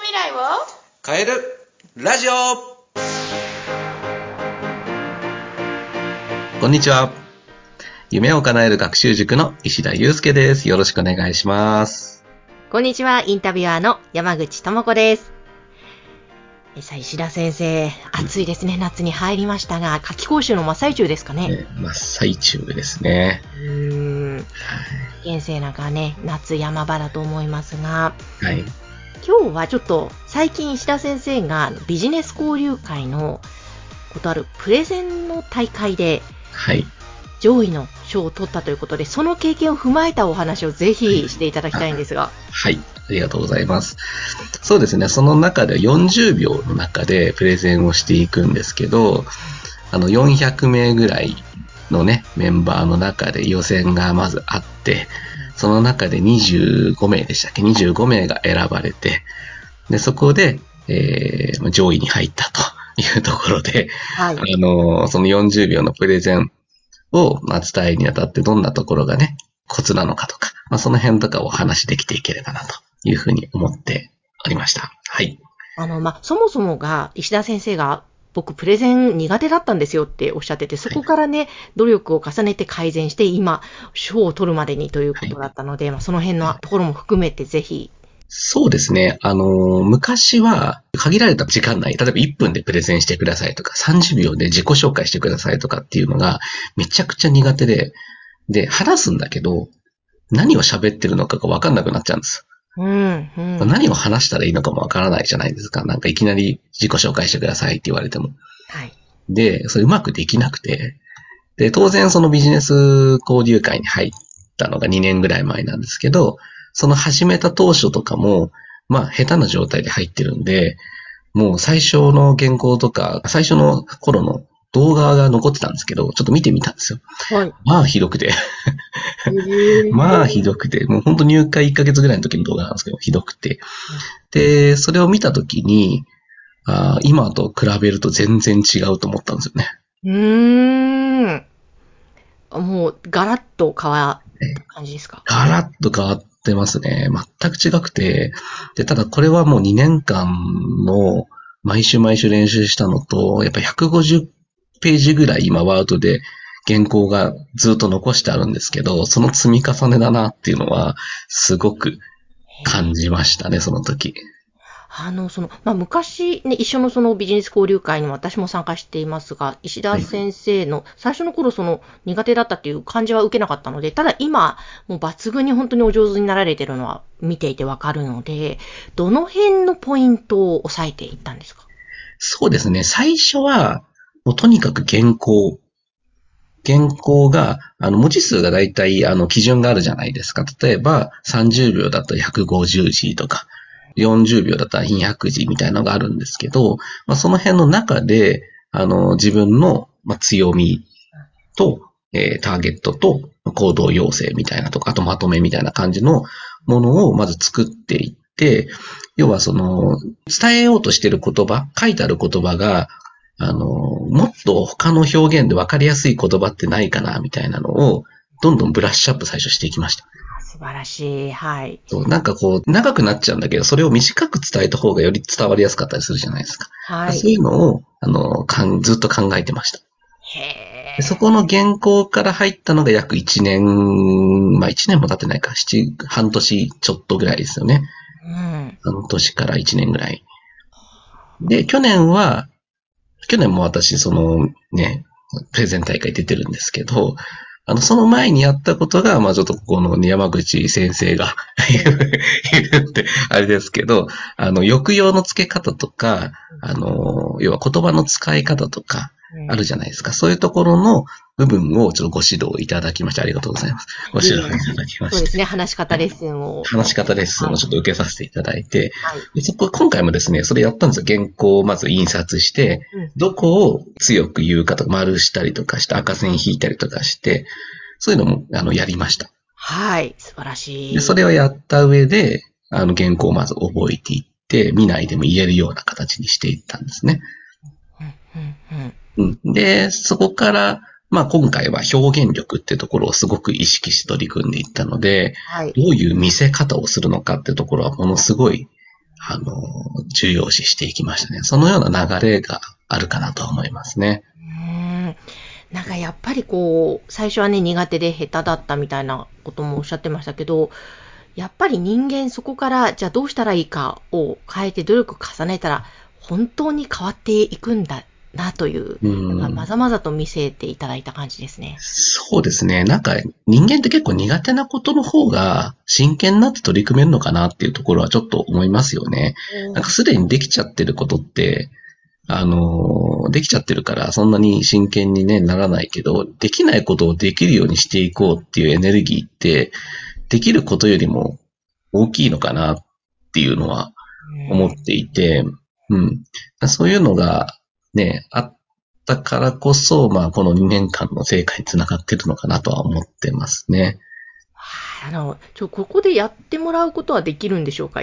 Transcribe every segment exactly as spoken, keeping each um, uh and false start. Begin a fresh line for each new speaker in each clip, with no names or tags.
未来を
変えるラジオ。こんにちは。夢を叶える学習塾の石田祐介です。よろしくお願いします。
こんにちは。インタビュアーの山口智子です。さあ、石田先生、暑いですね。夏に入りましたが、夏期講習の真っ最中ですかね。
ね、真っ最中ですね。
うーん。現世なんかね、夏山場だと思いますが、
はい。
今日はちょっと最近石田先生がビジネス交流会のことあるプレゼンの大会で
はい
上位の賞を取ったということで、その経験を踏まえたお話をぜひしていただきたいんですが。
はい。ありがとうございます。そうですね。その中でよんじゅうびょうの中でプレゼンをしていくんですけど、あのよんひゃくめいぐらいのね、メンバーの中で予選がまずあって、その中でにじゅうごめいでしたっけ ?にじゅうご 名が選ばれて、で、そこで、えー、上位に入ったというところで、はい、あの、そのよんじゅうびょうのプレゼンを、まあ、伝えにあたってどんなところがね、コツなのかとか、まあ、その辺とかをお話しできていければなというふうに思っておりました。はい。
あの、まあ、そもそもが、石田先生が、僕、プレゼン苦手だったんですよっておっしゃってて、そこからね、はい、努力を重ねて改善して、今、賞を取るまでにということだったので、はい、まあ、その辺のところも含めて、ぜひ。
そうですね。あの、昔は限られた時間内、例えばいっぷんでプレゼンしてくださいとか、さんじゅうびょうで自己紹介してくださいとかっていうのがめちゃくちゃ苦手で、で、話すんだけど、何を喋ってるのかが分かんなくなっちゃうんです。
うんうん、
何を話したらいいのかも分からないじゃないですか。なんかいきなり自己紹介してくださいって言われても。はい。で、それうまくできなくて、で、当然そのビジネス交流会に入ったのがにねんぐらい前なんですけど、その始めた当初とかも、まあ、下手な状態で入ってるんで、もう最初の原稿とか、最初の頃の動画が残ってたんですけど、ちょっと見てみたんですよ。はい。まあ、ひどくて。まあ、ひどくて。もう本当入会いっかげつぐらいの時の動画なんですけど、ひどくて。で、それを見た時に、あ今と比べると全然違うと思ったんですよね。
うーん。もう、ガラッと変わった感じですか？
ガラッと変わってますね。全く違くて。で、ただこれはもうにねんかんの毎週毎週練習したのと、やっぱひゃくごじゅうページぐらい今ワードで原稿がずっと残してあるんですけど、その積み重ねだなっていうのはすごく感じましたね、その時。
あの、その、まあ、昔ね、一緒のそのビジネス交流会にも私も参加していますが、石田先生の最初の頃その苦手だったっていう感じは受けなかったので、ただ今、もう抜群に本当にお上手になられてるのは見ていてわかるので、どの辺のポイントを押さえていったんですか？
そうですね。最初は、もうとにかく原稿。原稿が、あの、文字数がだいたい、あの、基準があるじゃないですか。例えば、さんじゅうびょうだとひゃくごじゅうじとか、よんじゅうびょうだったらにひゃくじみたいなのがあるんですけど、まあ、その辺の中で、あの、自分の、まあ、強みと、えー、ターゲットと行動要請みたいなとか、あとまとめみたいな感じのものをまず作っていって、要はその、伝えようとしている言葉、書いてある言葉が、あの、もっと他の表現で分かりやすい言葉ってないかな、みたいなのを、どんどんブラッシュアップ最初していきました。
素晴らしい。はい。
そう、なんかこう、長くなっちゃうんだけど、それを短く伝えた方がより伝わりやすかったりするじゃないですか。はい。そういうのを、あの、かんずっと考えてました。へー。そこの原稿から入ったのが約いちねん、まあいちねんも経ってないか、七、半年ちょっとぐらいですよね。うん。半年からいちねんぐらい。で、去年は、去年も私、そのね、プレゼン大会出てるんですけど、あの、その前にやったことが、まあちょっとここの山口先生が言うって、あれですけど、あの、抑揚の付け方とか、あの、要は言葉の使い方とか、あるじゃないですか。そういうところの部分をちょっとご指導いただきまして、ありがとうございます。ご指導いただきまして。
そうですね、話し方レッスンを。
話し方レッスンをちょっと受けさせていただいて、はい、でそこ、今回もですね、それやったんですよ。原稿をまず印刷して、うん、どこを強く言うかとか、丸したりとかして、赤線引いたりとかして、そういうのも、あの、やりました。
はい、素晴らしい。
で、それをやった上で、あの、原稿をまず覚えていって、見ないでも言えるような形にしていったんですね。うんうんうん、で、そこから、まあ今回は表現力っていうところをすごく意識して取り組んでいったので、はい、どういう見せ方をするのかっていうところはものすごいあの、重要視していきましたね。そのような流れがあるかなと思いますね。
うーん。なんかやっぱりこう、最初はね、苦手で下手だったみたいなこともおっしゃってましたけど、やっぱり人間そこから、じゃあどうしたらいいかを変えて努力を重ねたら、本当に変わっていくんだなという、なんか
うん、
まざまざと見せていただいた感じですね。
そうですね。なんか人間って結構苦手なことの方が真剣になって取り組めるのかなっていうところはちょっと思いますよね。なんかすでにできちゃってることって、あの、できちゃってるからそんなに真剣に、ね、ならないけど、できないことをできるようにしていこうっていうエネルギーって、できることよりも大きいのかなっていうのは思っていて、うん。そういうのがね、あったからこそ、まあ、このにねんかんの成果につながってるのかなとは思ってますね。
あの、ちょ、ここでやってもらうことはできるんでしょうか？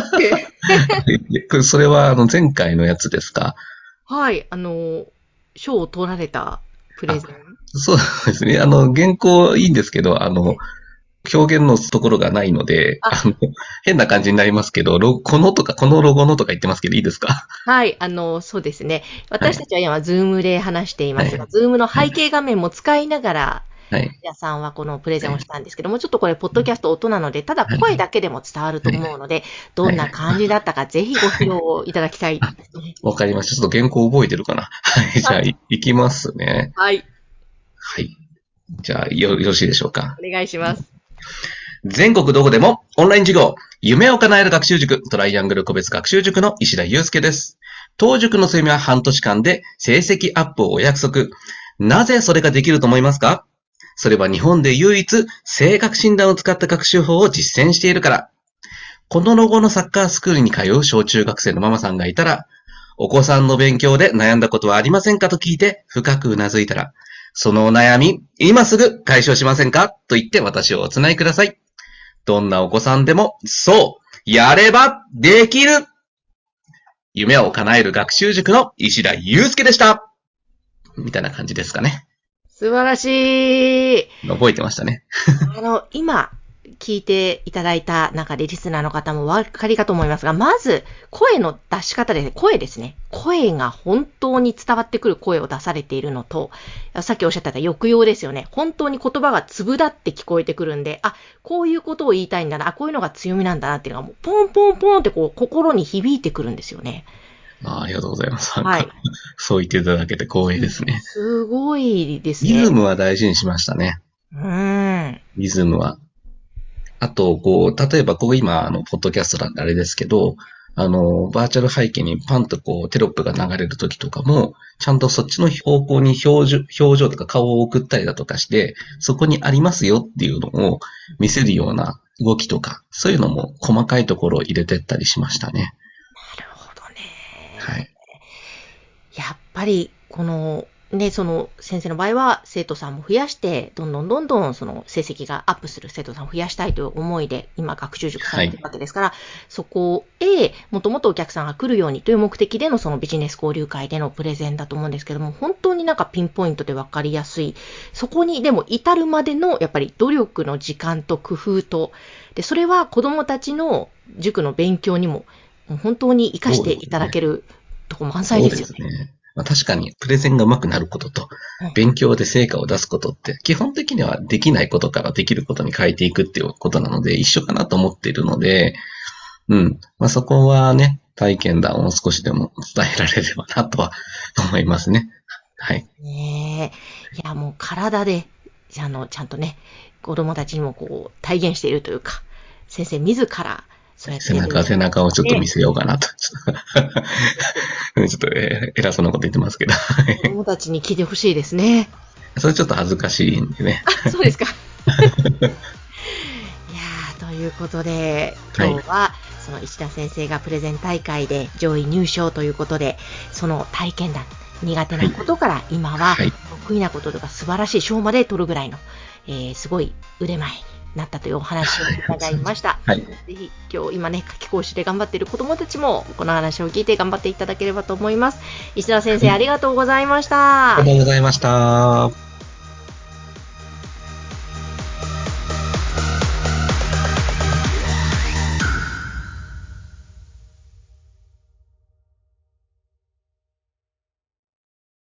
それは、あの、前回のやつですか？
はい、あの、賞を取られたプレ
あ、
ゼン。
そうですね。あの、原稿いいんですけど、あの、表現のところがないので、
あ、
あの、変な感じになりますけど、ロこのとか、このロゴのとか言ってますけど、いいですか？
はい、あの、そうですね。
はい。
私たちは今、ズームで話していま
はい。
すが、ズームの
はい。
背景画面も使いながら、
はい。
皆さんはこのプレゼンをし
はい。
たんですけども、ちょっとこれ、ポッドキャスト音なので、ただ
はい。
声だけでも伝わると思うので、ど
はい。
んな感じだったか、ぜひご披露いただきたい
あ、
ですね。
わかりました。ちょっと原稿覚えてるかな。はい。じゃあ、
あ、
い、いきますね。
はい、
はい。じゃあ、よ、よろしいでしょうか。
お願いします。
全国どこでもオンライン授業、夢を叶える学習塾、トライアングル個別学習塾の石田祐介です。当塾のセミは半年間で成績アップをお約束。なぜそれができると思いますか？それは日本で唯一性格診断を使った学習法を実践しているから。このロゴのサッカースクールに通う小中学生のママさんがいたら、お子さんの勉強で悩んだことはありませんかと聞いて深くうなずいたら、そのお悩み、今すぐ解消しませんかと言って私をおつないください。どんなお子さんでも、そう、やればできる。夢を叶える学習塾の石田祐介でした。みたいな感じですかね。
素晴らしい。
覚えてましたね。
あの、今、聞いていただいた中でリスナーの方もお分かりかと思いますが、まず、声の出し方ですね。声ですね。声が本当に伝わってくる声を出されているのと、さっきおっしゃってた抑揚ですよね。本当に言葉が粒立って聞こえてくるんで、あ、こういうことを言いたいんだな、あ、こういうのが強みなんだなっていうのがもう、ポンポンポンってこう、心に響いてくるんですよね。
あありがとうございます。なんか、
はい。
そう言っていただけて光栄ですね。
すごいです
リズ
ね。
ムは大事にしましたね。
うーん。
リズムは。あと、こう、例えば、ここ今、あの、ポッドキャストなんであれですけど、あの、バーチャル背景にパンとこう、テロップが流れるときとかも、ちゃんとそっちの方向に表情、表情とか顔を送ったりだとかして、そこにありますよっていうのを見せるような動きとか、そういうのも細かいところを入れてったりしましたね。
なるほどね。
はい。
やっぱり、この、ね、その先生の場合は生徒さんも増やして、どんどんどんどんその成績がアップする生徒さんを増やしたいという思いで、今学習塾されてる
はい。
わけですから、そこへもともとお客さんが来るようにという目的でのそのビジネス交流会でのプレゼンだと思うんですけども、本当になんかピンポイントでわかりやすい。そこにでも至るまでのやっぱり努力の時間と工夫と、で、それは子供たちの塾の勉強にも本当に活かし
そう
ていただ
ですね。
けるとこ満載
そう
ですよね。
ですね。まあ、確かに、プレゼンが上手くなることと、勉強で成果を出すことって、基本的にはできないことからできることに変えていくっていうことなので、一緒かなと思っているので、うん。まあ、そこはね、体験談を少しでも伝えられればなとは思いますね。はい。
ねえ。いや、もう体で、あの、ちゃんとね、子供たちにもこう、体現しているというか、先生自ら、そうやってる。
背中、背中をちょっと見
ね、
せようかなと。ちょっと、えー偉そうなこと言ってますけど。
子供たちに聞いてほしいですね。
それちょっと恥ずかしいんでね。
あ、そうですか。いやー、ということで、
はい。
今日は、その石田先生がプレゼン大会で上位入賞ということで、その体験談、苦手
はい。
なことから今は
はい。
得意なこととか素晴らしい賞まで取るぐらいの、えー、すごい腕前になったというお話を伺いました。
はい。
ぜひ今日今ね、夏期講習で頑張っている子どもたちもこの話を聞いて頑張っていただければと思います。石田先生、
はい。
ありがとうございました。
ありがとうございました。